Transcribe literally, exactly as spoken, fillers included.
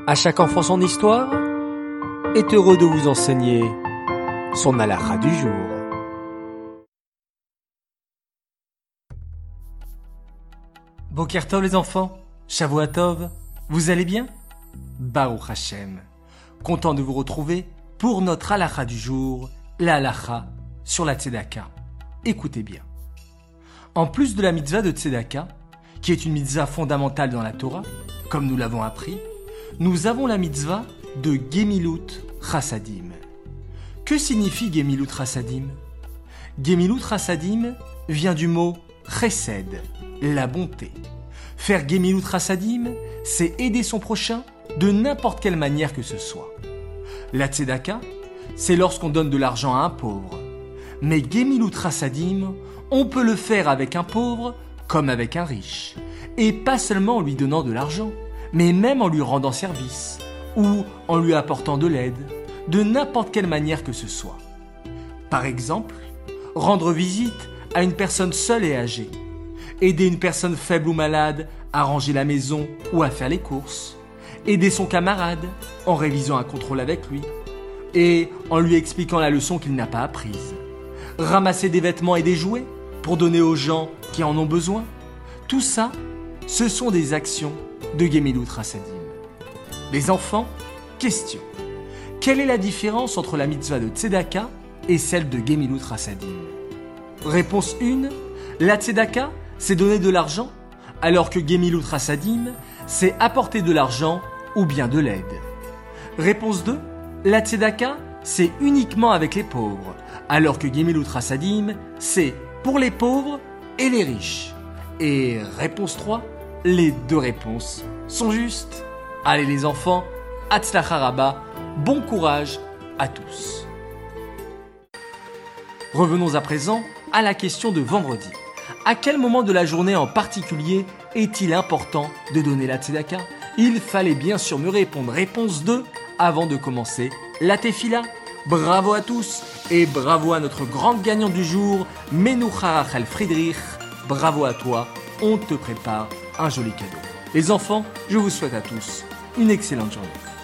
À chaque enfant son histoire est heureux de vous enseigner son halakha du jour. Boker Tov les enfants, Shavua Tov, vous allez bien? Baruch Hashem, content de vous retrouver pour notre halakha du jour, la halakha sur la tzedaka. Écoutez bien. En plus de la mitzvah de tzedaka, qui est une mitzvah fondamentale dans la Torah, comme nous l'avons appris, nous avons la mitzvah de Gemilut Chassadim. Que signifie Gemilut Chassadim? Gemilut Chassadim vient du mot chesed, la bonté. Faire Gemilut Chassadim, c'est aider son prochain de n'importe quelle manière que ce soit. La tzedaka, c'est lorsqu'on donne de l'argent à un pauvre. Mais Gemilut Chassadim, on peut le faire avec un pauvre comme avec un riche. Et pas seulement en lui donnant de l'argent, mais même en lui rendant service, ou en lui apportant de l'aide, de n'importe quelle manière que ce soit. Par exemple, rendre visite à une personne seule et âgée, aider une personne faible ou malade à ranger la maison ou à faire les courses, aider son camarade en révisant un contrôle avec lui, et en lui expliquant la leçon qu'il n'a pas apprise, ramasser des vêtements et des jouets pour donner aux gens qui en ont besoin. Tout ça, ce sont des actions de Gemilut Chassadim. Les enfants, question. Quelle est la différence entre la mitzvah de tzedaka et celle de Gemilut Chassadim? Réponse un. La tzedaka, c'est donner de l'argent, alors que Gemilut Chassadim, c'est apporter de l'argent ou bien de l'aide. Réponse deux. La tzedaka, c'est uniquement avec les pauvres, alors que Gemilut Chassadim, c'est pour les pauvres et les riches. Et réponse trois. Les deux réponses sont justes. Allez les enfants, Hatzlacha Rabba, bon courage à tous. Revenons à présent à la question de vendredi. À quel moment de la journée en particulier est-il important de donner la tzedaka? Il fallait bien sûr me répondre réponse deux avant de commencer la tefila. Bravo à tous et bravo à notre grande gagnante du jour, Menoucha Rachel Friedrich. Bravo à toi, on te prépare un joli cadeau. Les enfants, je vous souhaite à tous une excellente journée.